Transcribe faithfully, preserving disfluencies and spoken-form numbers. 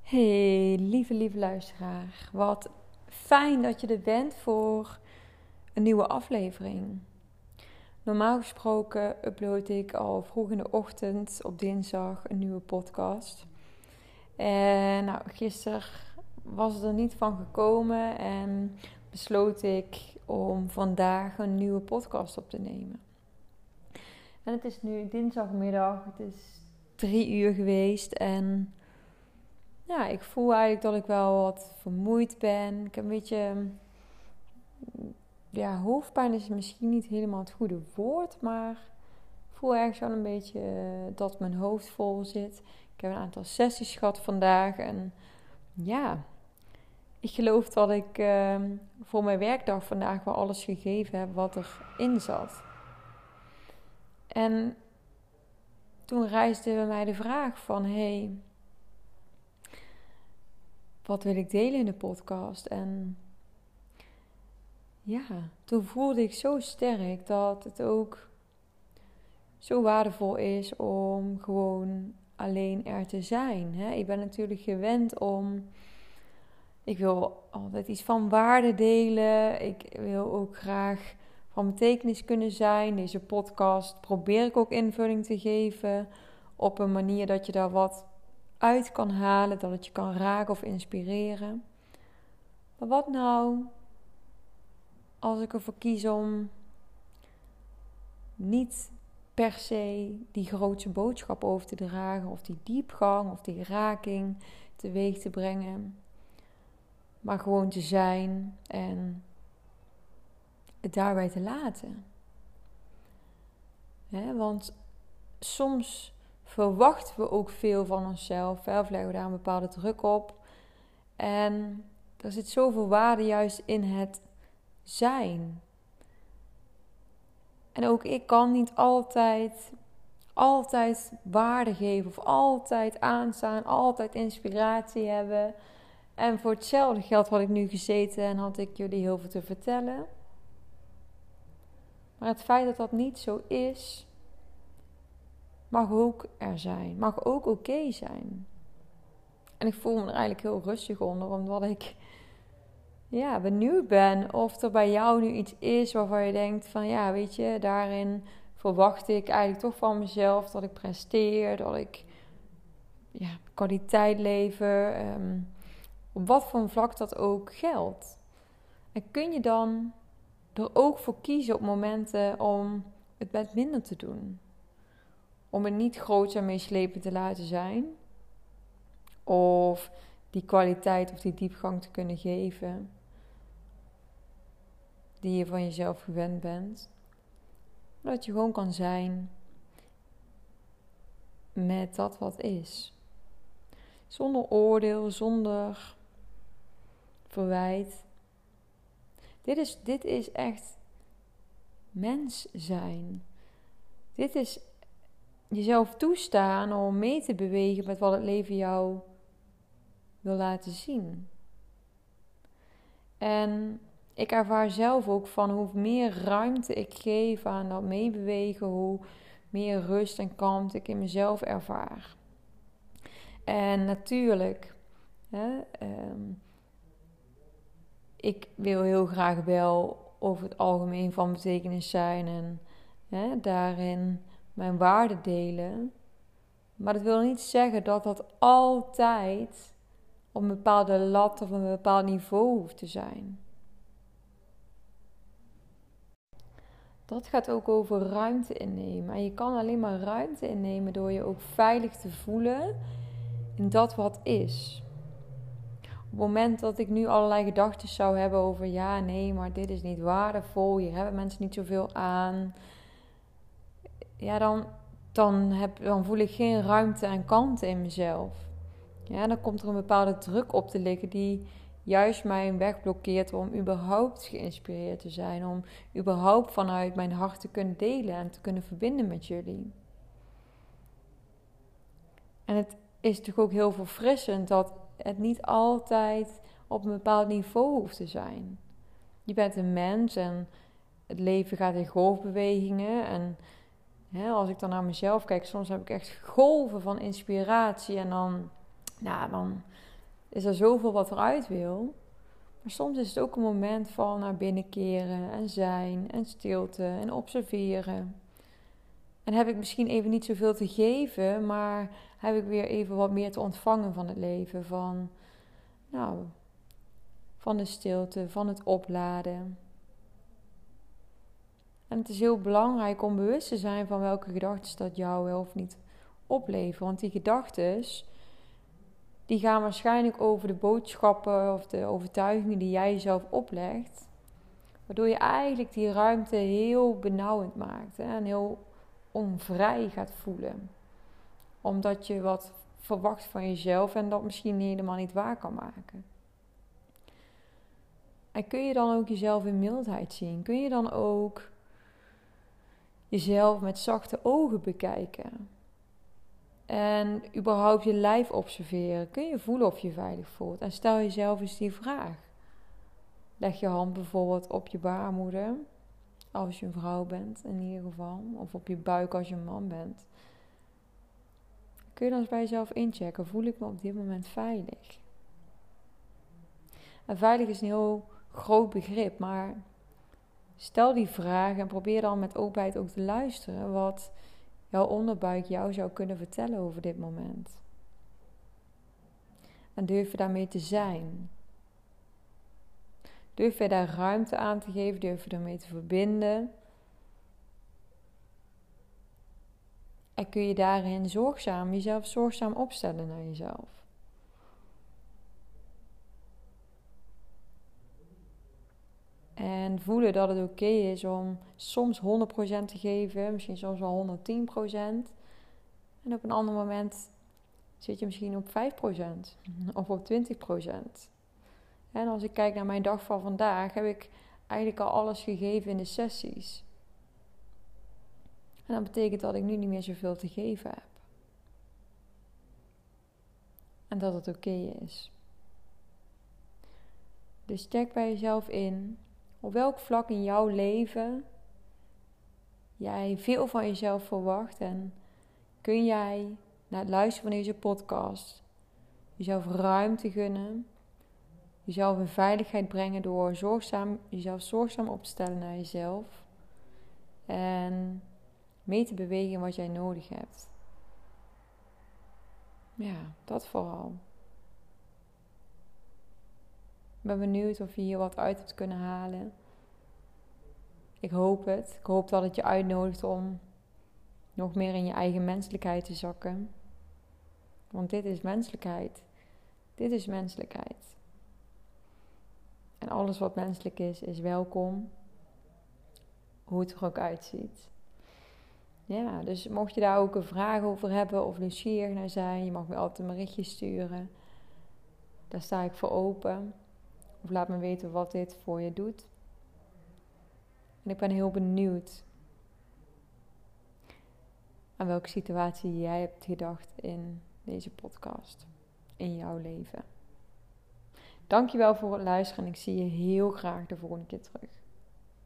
Hey, lieve, lieve luisteraar. Wat fijn dat je er bent voor een nieuwe aflevering. Normaal gesproken upload ik al vroeg in de ochtend op dinsdag een nieuwe podcast. En nou, gisteren was het er niet van gekomen en besloot ik om vandaag een nieuwe podcast op te nemen. En het is nu dinsdagmiddag, het is drie uur geweest en ja, ik voel eigenlijk dat ik wel wat vermoeid ben. Ik heb een beetje, ja, hoofdpijn is misschien niet helemaal het goede woord, maar ik voel ergens wel een beetje dat mijn hoofd vol zit. Ik heb een aantal sessies gehad vandaag en ja, ik geloof dat ik uh, voor mijn werkdag vandaag wel alles gegeven heb wat erin zat. En toen reisde bij mij de vraag van, hey, wat wil ik delen in de podcast? En ja, toen voelde ik zo sterk dat het ook zo waardevol is om gewoon alleen er te zijn. Hè? Ik ben natuurlijk gewend om... Ik wil altijd iets van waarde delen. Ik wil ook graag van betekenis kunnen zijn. Deze podcast probeer ik ook invulling te geven op een manier dat je daar wat uit kan halen, dat het je kan raken of inspireren. Maar wat nou als ik ervoor kies om niet per se die grootse boodschap over te dragen, of die diepgang of die raking teweeg te brengen, maar gewoon te zijn en het daarbij te laten. He, want soms verwachten we ook veel van onszelf, hè, of leggen we daar een bepaalde druk op. En er zit zoveel waarde juist in het zijn. En ook ik kan niet altijd, altijd waarde geven of altijd aanstaan, altijd inspiratie hebben. En voor hetzelfde geld had ik nu gezeten en had ik jullie heel veel te vertellen. Maar het feit dat dat niet zo is, mag ook er zijn. Mag ook oké zijn. En ik voel me er eigenlijk heel rustig onder, omdat ik ja, benieuwd ben of er bij jou nu iets is waarvan je denkt van ja, weet je, daarin verwacht ik eigenlijk toch van mezelf dat ik presteer, dat ik ja, kwaliteit lever, um, op wat voor een vlak dat ook geldt. En kun je dan er ook voor kiezen op momenten om het met minder te doen? Om het niet groots en meeslepend te laten zijn. Of die kwaliteit of die diepgang te kunnen geven die je van jezelf gewend bent. Dat je gewoon kan zijn met dat wat is. Zonder oordeel, zonder verwijt. Dit is, dit is echt mens zijn. Dit is jezelf toestaan om mee te bewegen met wat het leven jou wil laten zien. En ik ervaar zelf ook van hoe meer ruimte ik geef aan dat meebewegen, hoe meer rust en kalmte ik in mezelf ervaar. En natuurlijk, hè, um, ik wil heel graag wel over het algemeen van betekenis zijn en hè, daarin mijn waarde delen. Maar dat wil niet zeggen dat dat altijd op een bepaalde lat of een bepaald niveau hoeft te zijn. Dat gaat ook over ruimte innemen. En je kan alleen maar ruimte innemen door je ook veilig te voelen in dat wat is. Op het moment dat ik nu allerlei gedachten zou hebben over ja, nee, maar dit is niet waardevol, hier hebben mensen niet zoveel aan. Ja, dan, dan, heb, dan voel ik geen ruimte en kalmte in mezelf. Ja, dan komt er een bepaalde druk op te liggen die juist mijn weg blokkeert om überhaupt geïnspireerd te zijn. Om überhaupt vanuit mijn hart te kunnen delen en te kunnen verbinden met jullie. En het is natuurlijk ook heel verfrissend dat het niet altijd op een bepaald niveau hoeft te zijn. Je bent een mens en het leven gaat in golfbewegingen. En hè, als ik dan naar mezelf kijk, soms heb ik echt golven van inspiratie. En dan, nou, dan is er zoveel wat eruit wil. Maar soms is het ook een moment van naar binnen keren en zijn en stilte en observeren. En heb ik misschien even niet zoveel te geven, maar heb ik weer even wat meer te ontvangen van het leven. Van, nou, van de stilte, van het opladen. En het is heel belangrijk om bewust te zijn van welke gedachten dat jou wel of niet opleveren. Want die gedachten, die gaan waarschijnlijk over de boodschappen of de overtuigingen die jij jezelf oplegt. Waardoor je eigenlijk die ruimte heel benauwend maakt. Hè? En heel onvrij gaat voelen. Omdat je wat verwacht van jezelf en dat misschien helemaal niet waar kan maken. En kun je dan ook jezelf in mildheid zien? Kun je dan ook jezelf met zachte ogen bekijken? En überhaupt je lijf observeren. Kun je voelen of je veilig voelt? En stel jezelf eens die vraag. Leg je hand bijvoorbeeld op je baarmoeder. Als je een vrouw bent in ieder geval. Of op je buik als je een man bent. Kun je dan eens bij jezelf inchecken. Voel ik me op dit moment veilig? En veilig is een heel groot begrip. Maar stel die vraag en probeer dan met openheid ook te luisteren. Wat jouw onderbuik jou zou kunnen vertellen over dit moment. En durf je daarmee te zijn. Durf je daar ruimte aan te geven. Durf je daarmee te verbinden. En kun je daarin zorgzaam, jezelf zorgzaam opstellen naar jezelf. En voelen dat het oké is om soms honderd procent te geven. Misschien soms wel honderdtien procent. En op een ander moment zit je misschien op vijf procent. Of op twintig procent. En als ik kijk naar mijn dag van vandaag, heb ik eigenlijk al alles gegeven in de sessies. En dat betekent dat ik nu niet meer zoveel te geven heb. En dat het oké is. Dus check bij jezelf in. Op welk vlak in jouw leven jij veel van jezelf verwacht. En kun jij na het luisteren van deze podcast jezelf ruimte gunnen. Jezelf in veiligheid brengen door zorgzaam, jezelf zorgzaam op te stellen naar jezelf. En mee te bewegen in wat jij nodig hebt. Ja, dat vooral. Ik ben benieuwd of je hier wat uit hebt kunnen halen. Ik hoop het. Ik hoop dat het je uitnodigt om nog meer in je eigen menselijkheid te zakken. Want dit is menselijkheid. Dit is menselijkheid. En alles wat menselijk is, is welkom. Hoe het er ook uitziet. Ja, dus mocht je daar ook een vraag over hebben of nieuwsgierig naar zijn, je mag me altijd een berichtje sturen. Daar sta ik voor open. Of laat me weten wat dit voor je doet. En ik ben heel benieuwd aan welke situatie jij hebt gedacht in deze podcast. In jouw leven. Dankjewel voor het luisteren en ik zie je heel graag de volgende keer terug.